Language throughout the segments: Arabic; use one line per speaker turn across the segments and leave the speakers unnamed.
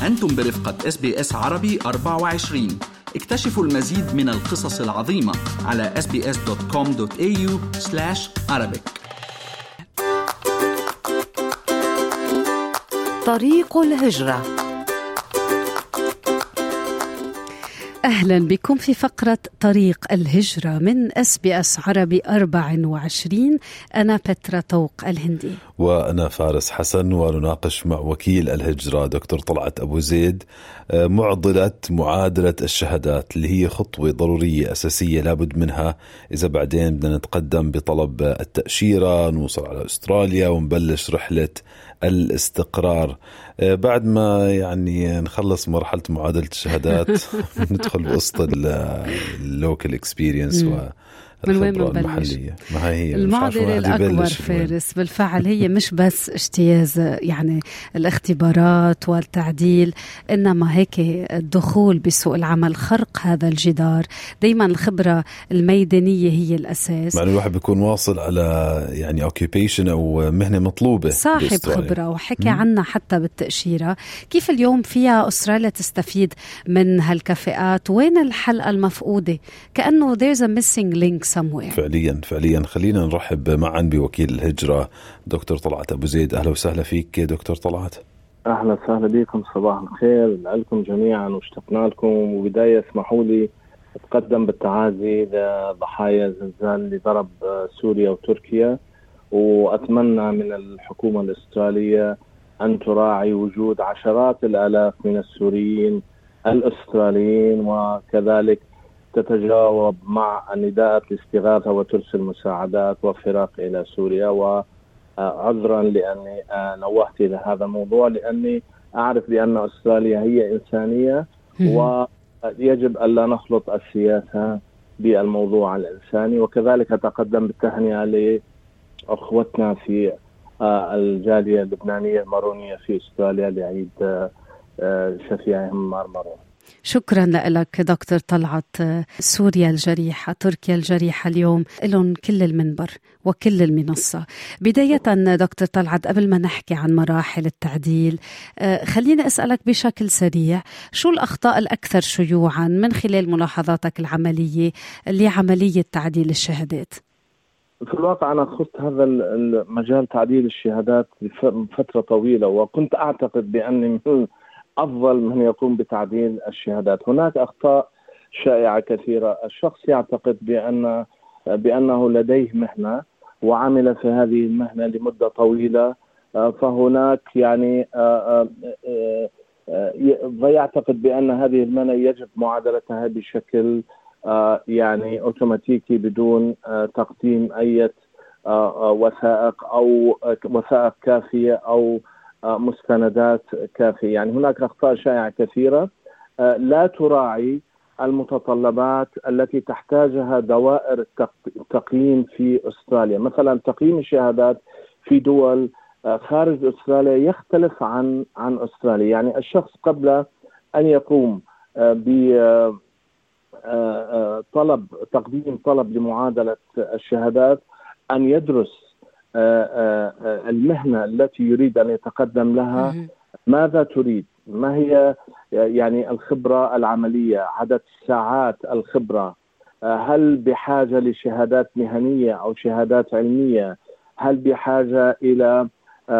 أنتم برفقة SBS عربي 24. اكتشفوا المزيد من القصص العظيمة على sbs.com.au/Arabic.
طريق الهجرة. أهلا بكم في فقرة طريق الهجرة من SBS عربي 24. أنا بترا طوق الهندي
وأنا فارس حسن، ونناقش مع وكيل الهجرة دكتور طلعت أبو زيد معادلة الشهادات، اللي هي خطوة ضرورية أساسية لابد منها إذا بعدين بدنا نتقدم بطلب التأشيرة، نوصل على أستراليا ونبلش رحلة الاستقرار. بعد ما يعني نخلص مرحلة معادلة الشهادات ندخل بقصة اللوكال اكسبيرينس والخبرة المحلية. ما هي
المعضلة الأكبر فارس بالفعل هي مش بس اجتياز يعني الاختبارات والتعديل، إنما هيك الدخول بسوق العمل، خرق هذا الجدار. دايما الخبرة الميدانية هي الأساس.
يعني الواحد بيكون واصل على يعني occupation أو مهنة مطلوبة،
صاحب خبرة، وحكي عنها حتى بالتأشيرة. كيف اليوم فيها أستراليا تستفيد من هالكفاءات؟ وين الحلقة المفقودة؟ كأنه there's a missing link somewhere.
فعليا خلينا نرحب معا بوكيل الهجرة دكتور طلعت أبو زيد. أهلا وسهلا فيك دكتور طلعت.
أهلا وسهلا بكم، صباح الخير لكم جميعا، واشتقنا لكم. وبداية اسمحوا لي أتقدم بالتعازي لضحايا الزلزال اللي ضرب سوريا وتركيا، وأتمنى من الحكومة الأسترالية أن تراعي وجود عشرات الآلاف من السوريين الأستراليين، وكذلك تتجاوب مع نداءات الاستغاثة وترسل مساعدات وفرق إلى سوريا. وعذرا لأني نوهت إلى هذا الموضوع، لأني أعرف بأن أستراليا هي إنسانية، ويجب ألا نخلط السياسة بالموضوع الإنساني. وكذلك أتقدم بالتهنئة لأخوتنا في الجالية اللبنانية المارونية في أستراليا لعيد شفيعهم مرمرون.
شكرا لك دكتور طلعت. سوريا الجريحة، تركيا الجريحة، اليوم لهم كل المنبر وكل المنصة. بداية دكتور طلعت، قبل ما نحكي عن مراحل التعديل، خلينا أسألك بشكل سريع، شو الأخطاء الأكثر شيوعا من خلال ملاحظاتك العملية لعملية تعديل الشهادات؟
في الواقع أنا خصت هذا المجال تعديل الشهادات فترة طويلة، وكنت أعتقد بأني أفضل من يقوم بتعديل الشهادات. هناك أخطاء شائعة كثيرة. الشخص يعتقد بأنه لديه مهنة وعمل في هذه المهنة لمدة طويلة، فهناك يعني يعتقد بأن هذه المهنة يجب معادلتها بشكل يعني أوتوماتيكي بدون تقديم أي وثائق أو وثائق كافية أو مستندات كافية. يعني هناك أخطاء شائعة كثيرة لا تراعي المتطلبات التي تحتاجها دوائر التقييم في أستراليا. مثلا تقييم الشهادات في دول خارج أستراليا يختلف عن أستراليا. يعني الشخص قبل أن يقوم تقديم طلب لمعادلة الشهادات أن يدرس المهنة التي يريد أن يتقدم لها، ماذا تريد، ما هي يعني الخبرة العملية، عدد ساعات الخبرة، هل بحاجة لشهادات مهنية أو شهادات علمية، هل بحاجة إلى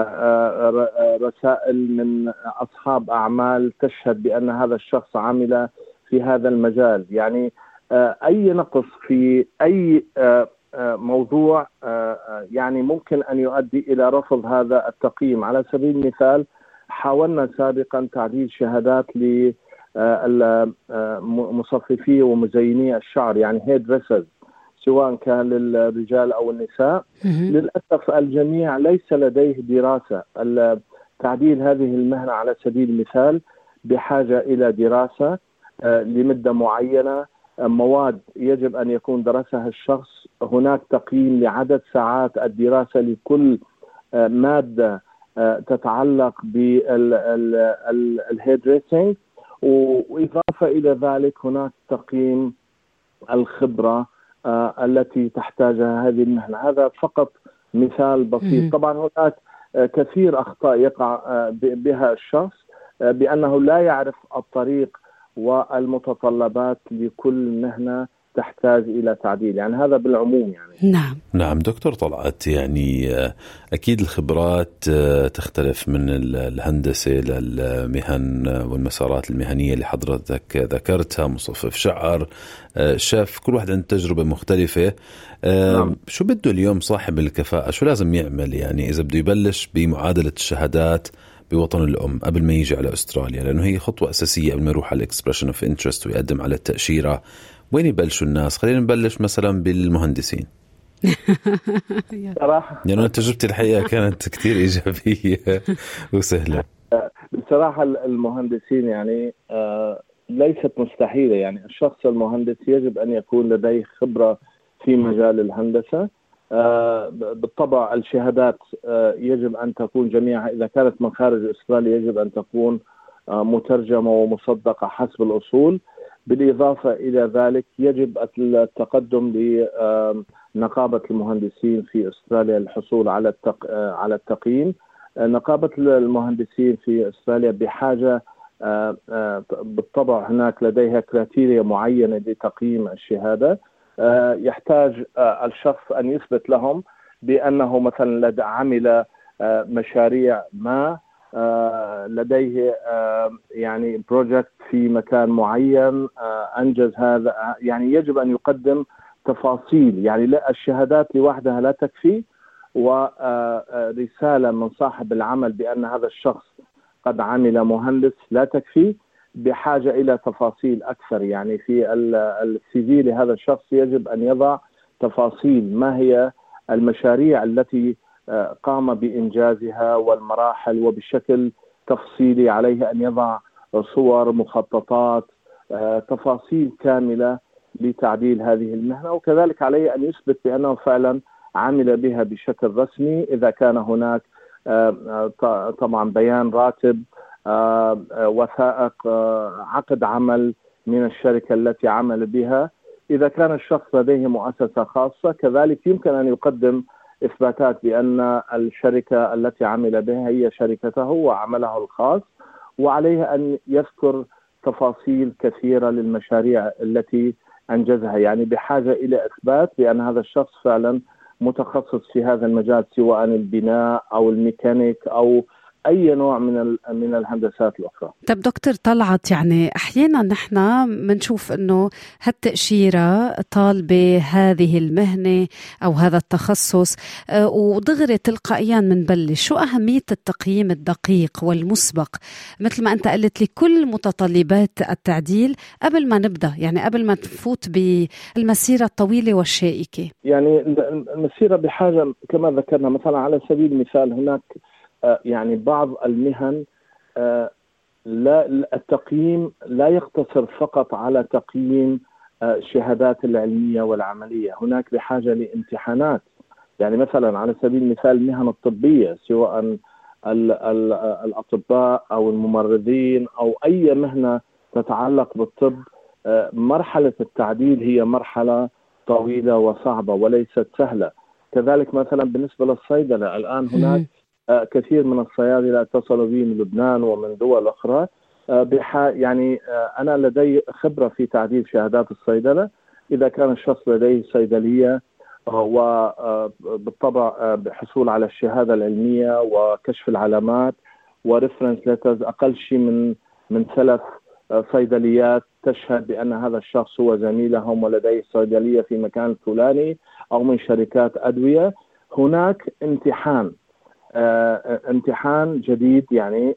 رسائل من أصحاب أعمال تشهد بأن هذا الشخص عمل في هذا المجال. يعني أي نقص في أي موضوع يعني ممكن أن يؤدي إلى رفض هذا التقييم. على سبيل المثال، حاولنا سابقا تعديل شهادات لمصففي ومزيني الشعر، يعني هيد دريسرز، سواء كان للرجال أو النساء. للأسف الجميع ليس لديه دراسة. تعديل هذه المهنة على سبيل المثال بحاجة إلى دراسة لمدة معينة، مواد يجب أن يكون درسها الشخص، هناك تقييم لعدد ساعات الدراسة لكل مادة تتعلق بالهيد دريسينج، وإضافة إلى ذلك هناك تقييم الخبرة التي تحتاجها هذه المهنة. هذا فقط مثال بسيط. طبعا هناك كثير أخطاء يقع بها الشخص. بأنه لا يعرف الطريق والمتطلبات لكل مهنة تحتاج إلى تعديل. يعني هذا بالعموم. يعني
نعم دكتور طلعت، يعني أكيد الخبرات تختلف من الهندسة للمهن والمسارات المهنية اللي حضرتك ذكرتها، مصفف شعر، شاف، كل واحد عنده تجربة مختلفة. شو بده اليوم صاحب الكفاءة؟ شو لازم يعمل يعني إذا بده يبلش بمعادلة الشهادات بوطن الأم قبل ما يجي على أستراليا، لأنه هي خطوة أساسية قبل ما يروح على الإكسبريشن أوف إنترست ويقدم على التأشيرة؟ وين يبلشوا الناس؟ خلينا نبلش مثلا بالمهندسين.
صراحة
يعني أنا تجربتي الحقيقة كانت كتير إيجابية وسهلة.
بصراحة المهندسين يعني ليست مستحيلة. يعني الشخص المهندس يجب أن يكون لديه خبرة في مجال الهندسة. بالطبع الشهادات يجب أن تكون جميعها، إذا كانت من خارج أستراليا يجب أن تكون مترجمة ومصدقة حسب الأصول. بالإضافة إلى ذلك يجب التقدم لنقابة المهندسين في أستراليا للحصول على التقييم. نقابة المهندسين في أستراليا بحاجة بالطبع هناك لديها كريتيريا معينة لتقييم الشهادة. يحتاج الشخص أن يثبت لهم بأنه مثلا عمل مشاريع ما، لديه يعني بروجكت في مكان معين أنجز هذا. يعني يجب أن يقدم تفاصيل. يعني لا، الشهادات لوحدها لا تكفي، ورسالة من صاحب العمل بأن هذا الشخص قد عمل مهندس لا تكفي، بحاجة إلى تفاصيل أكثر. يعني في السي في لهذا الشخص يجب أن يضع تفاصيل ما هي المشاريع التي قام بإنجازها والمراحل، وبشكل تفصيلي عليه أن يضع صور، مخططات، تفاصيل كاملة لتعديل هذه المهنة. وكذلك عليه أن يثبت بأنه فعلا عمل بها بشكل رسمي. إذا كان هناك طبعا بيان راتب، وثائق، عقد عمل من الشركة التي عمل بها. إذا كان الشخص لديه مؤسسة خاصة كذلك يمكن أن يقدم إثباتات بأن الشركة التي عمل بها هي شركته وعمله الخاص، وعليه أن يذكر تفاصيل كثيرة للمشاريع التي أنجزها. يعني بحاجة إلى إثبات بأن هذا الشخص فعلا متخصص في هذا المجال، سواء البناء أو الميكانيك أو أي نوع من الهندسات الأخرى.
طب دكتور طلعت، يعني أحيانا نحن منشوف أنه هالتأشيرة طالبة هذه المهنة أو هذا التخصص ودغري تلقائيا منبلش. شو أهمية التقييم الدقيق والمسبق مثل ما أنت قلت لي كل متطلبات التعديل قبل ما نبدأ، يعني قبل ما نفوت بالمسيرة الطويلة والشائكة؟
يعني المسيرة بحاجة كما ذكرنا. مثلا على سبيل المثال هناك يعني بعض المهن لا التقييم لا يقتصر فقط على تقييم الشهادات العلمية والعملية. هناك بحاجة لامتحانات. يعني مثلا على سبيل المثال المهن الطبية، سواء الأطباء أو الممرضين أو أي مهنة تتعلق بالطب، مرحلة التعديل هي مرحلة طويلة وصعبة وليست سهلة. كذلك مثلا بالنسبة للصيدلة، الآن هناك كثير من الصيادلة اتصلوا بي من لبنان ومن دول أخرى. يعني أنا لدي خبرة في تعديل شهادات الصيدلة. إذا كان الشخص لديه صيدلية وبالطبع بحصول على الشهادة العلمية وكشف العلامات وريفرنس ليترز، أقل شيء من 3 صيدليات تشهد بأن هذا الشخص هو زميلهم ولديه صيدلية في مكان فلاني أو من شركات أدوية. هناك امتحان جديد يعني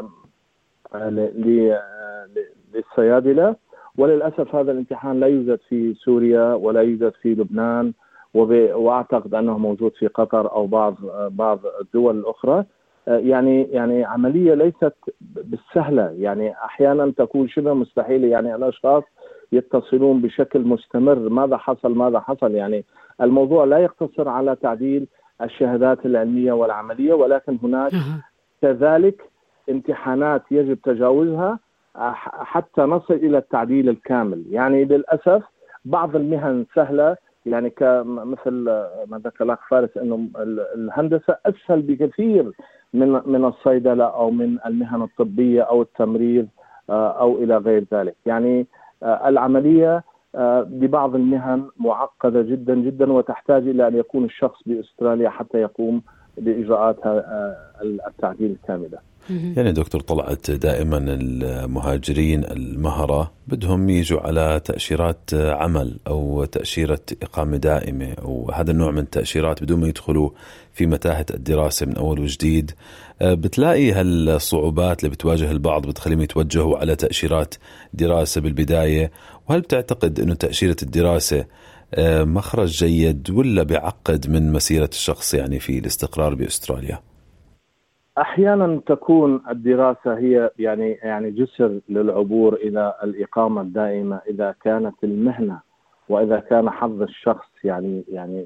للصيادلة، وللأسف هذا الامتحان لا يوجد في سوريا ولا يوجد في لبنان، وأعتقد أنه موجود في قطر أو بعض الدول الأخرى. يعني عملية ليست بالسهلة، يعني أحيانا تكون شبه مستحيلة. يعني الأشخاص يتصلون بشكل مستمر، ماذا حصل. يعني الموضوع لا يقتصر على تعديل الشهادات العلمية والعملية، ولكن هناك كذلك امتحانات يجب تجاوزها حتى نصل إلى التعديل الكامل. يعني للأسف بعض المهن سهلة، يعني مثل ما ذكر الأخ فارس أنه الهندسة أسهل بكثير من الصيدلة أو من المهن الطبية أو التمريض أو إلى غير ذلك. يعني العملية ببعض المهن معقدة جدا جدا، وتحتاج إلى أن يكون الشخص بأستراليا حتى يقوم بإجراءات التعديل الكاملة.
يعني دكتور طلعت، دائما المهاجرين المهرة بدهم يجوا على تأشيرات عمل أو تأشيرة إقامة دائمة أو هذا النوع من التأشيرات بدون ما يدخلوا في متاهة الدراسة من أول وجديد. بتلاقي هالصعوبات اللي بتواجه البعض بتخليهم يتوجهوا على تأشيرات دراسة بالبداية؟ وهل بتعتقد أنه تأشيرة الدراسة مخرج جيد ولا بيعقد من مسيرة الشخص يعني في الاستقرار بأستراليا؟
أحيانا تكون الدراسة هي يعني جسر للعبور إلى الإقامة الدائمة إذا كانت المهنة وإذا كان حظ الشخص يعني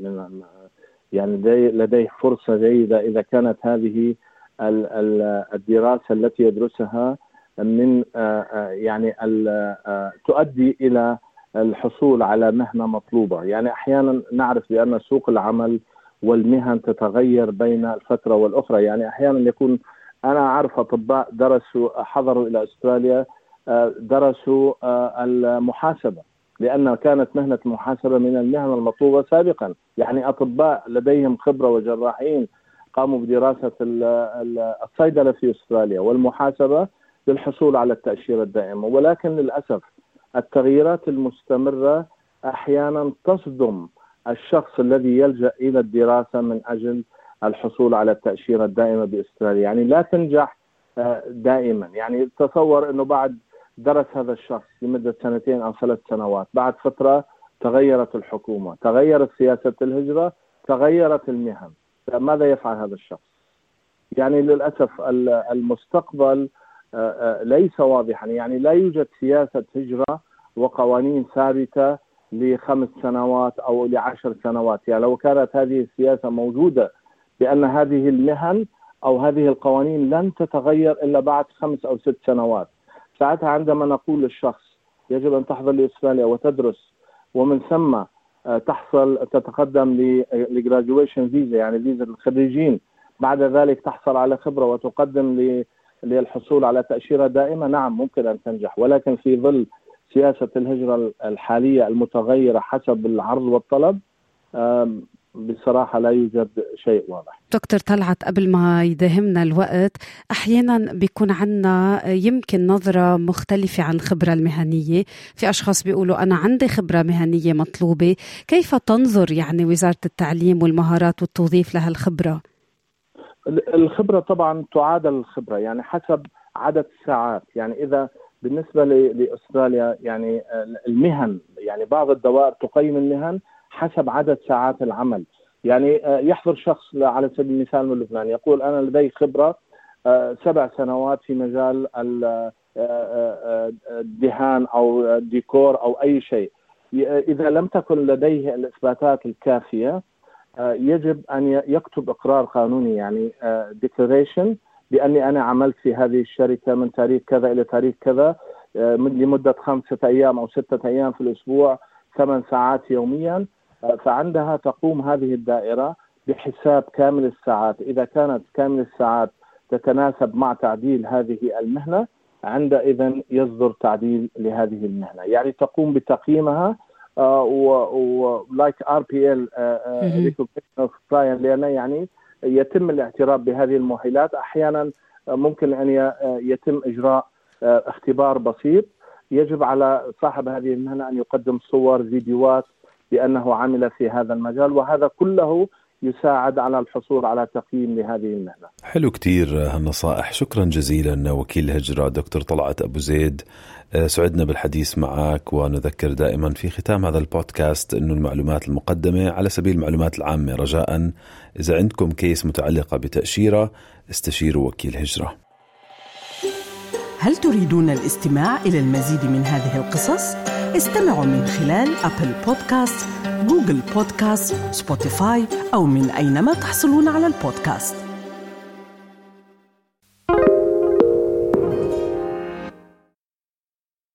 لديه فرصة جيدة، إذا كانت هذه الدراسة التي يدرسها من تؤدي إلى الحصول على مهنة مطلوبة. يعني أحيانا نعرف بأن سوق العمل والمهن تتغير بين الفترة والأخرى. يعني أحيانا يكون، أنا أعرف أطباء حضروا إلى أستراليا درسوا المحاسبة لأن كانت مهنة المحاسبة من المهن المطلوبة سابقا. يعني أطباء لديهم خبرة وجراحين قاموا بدراسة الصيدلة في أستراليا والمحاسبة للحصول على التأشيرة الدائمة. ولكن للأسف التغييرات المستمرة أحيانا تصدم الشخص الذي يلجأ إلى الدراسة من أجل الحصول على التأشيرة الدائمة بأستراليا. يعني لا تنجح دائما. يعني تصور أنه بعد درس هذا الشخص لمدة 2 أو 3 سنوات، بعد فترة تغيرت الحكومة، تغيرت سياسة الهجرة، تغيرت المهن، ماذا يفعل هذا الشخص؟ يعني للأسف المستقبل ليس واضحا. يعني لا يوجد سياسة هجرة وقوانين ثابتة ل5 سنوات أو ل10 سنوات. يعني لو كانت هذه السياسة موجودة بأن هذه المهن أو هذه القوانين لن تتغير إلا بعد 5 أو 6 سنوات، ساعتها عندما نقول للشخص يجب أن تحضر لأستراليا وتدرس ومن ثم تتقدم لجراديويشن فيزا، يعني فيزا الخريجين، بعد ذلك تحصل على خبرة وتقدم للحصول على تأشيرة دائمة، نعم ممكن أن تنجح. ولكن في ظل سياسة الهجرة الحالية المتغيرة حسب العرض والطلب بصراحة لا يوجد شيء واضح.
دكتور طلعت، قبل ما يداهمنا الوقت، أحيانا بيكون عنا يمكن نظرة مختلفة عن الخبرة المهنية. في أشخاص بيقولوا أنا عندي خبرة مهنية مطلوبة. كيف تنظر يعني وزارة التعليم والمهارات والتوظيف لها الخبرة؟
الخبرة طبعا تعادل الخبرة يعني حسب عدد الساعات. يعني إذا بالنسبة لأستراليا يعني المهن، يعني بعض الدوائر تقيم المهن حسب عدد ساعات العمل. يعني يحضر شخص على سبيل المثال من لبنان يقول أنا لدي خبرة 7 سنوات في مجال الدهان أو الديكور أو أي شيء. إذا لم تكن لديه الإثباتات الكافية يجب أن يكتب إقرار قانوني، يعني declaration بأني أنا عملت في هذه الشركة من تاريخ كذا إلى تاريخ كذا لمدة 5 أيام أو 6 أيام في الأسبوع 8 ساعات يوميا. فعندها تقوم هذه الدائرة بحساب كامل الساعات. إذا كانت كامل الساعات تتناسب مع تعديل هذه المهنة عندئذ يصدر تعديل لهذه المهنة. يعني تقوم بتقييمها like RPL لأن يعني يتم الاعتراف بهذه المؤهلات. أحيانا ممكن أن يتم إجراء اختبار بسيط. يجب على صاحب هذه المهنة أن يقدم صور فيديوهات بأنه عمل في هذا المجال، وهذا كله يساعد على الحصول على تقييم لهذه المهنة.
حلو كتير هالنصائح. شكرا جزيلا وكيل الهجرة دكتور طلعت أبو زيد. سعدنا بالحديث معك، ونذكر دائما في ختام هذا البودكاست أنه المعلومات المقدمة على سبيل المعلومات العامة. رجاء إذا عندكم كيس متعلقة بتأشيرة استشيروا وكيل هجرة.
هل تريدون الاستماع إلى المزيد من هذه القصص؟ استمعوا من خلال أبل بودكاست، جوجل بودكاست، سبوتيفاي أو من أينما تحصلون على البودكاست.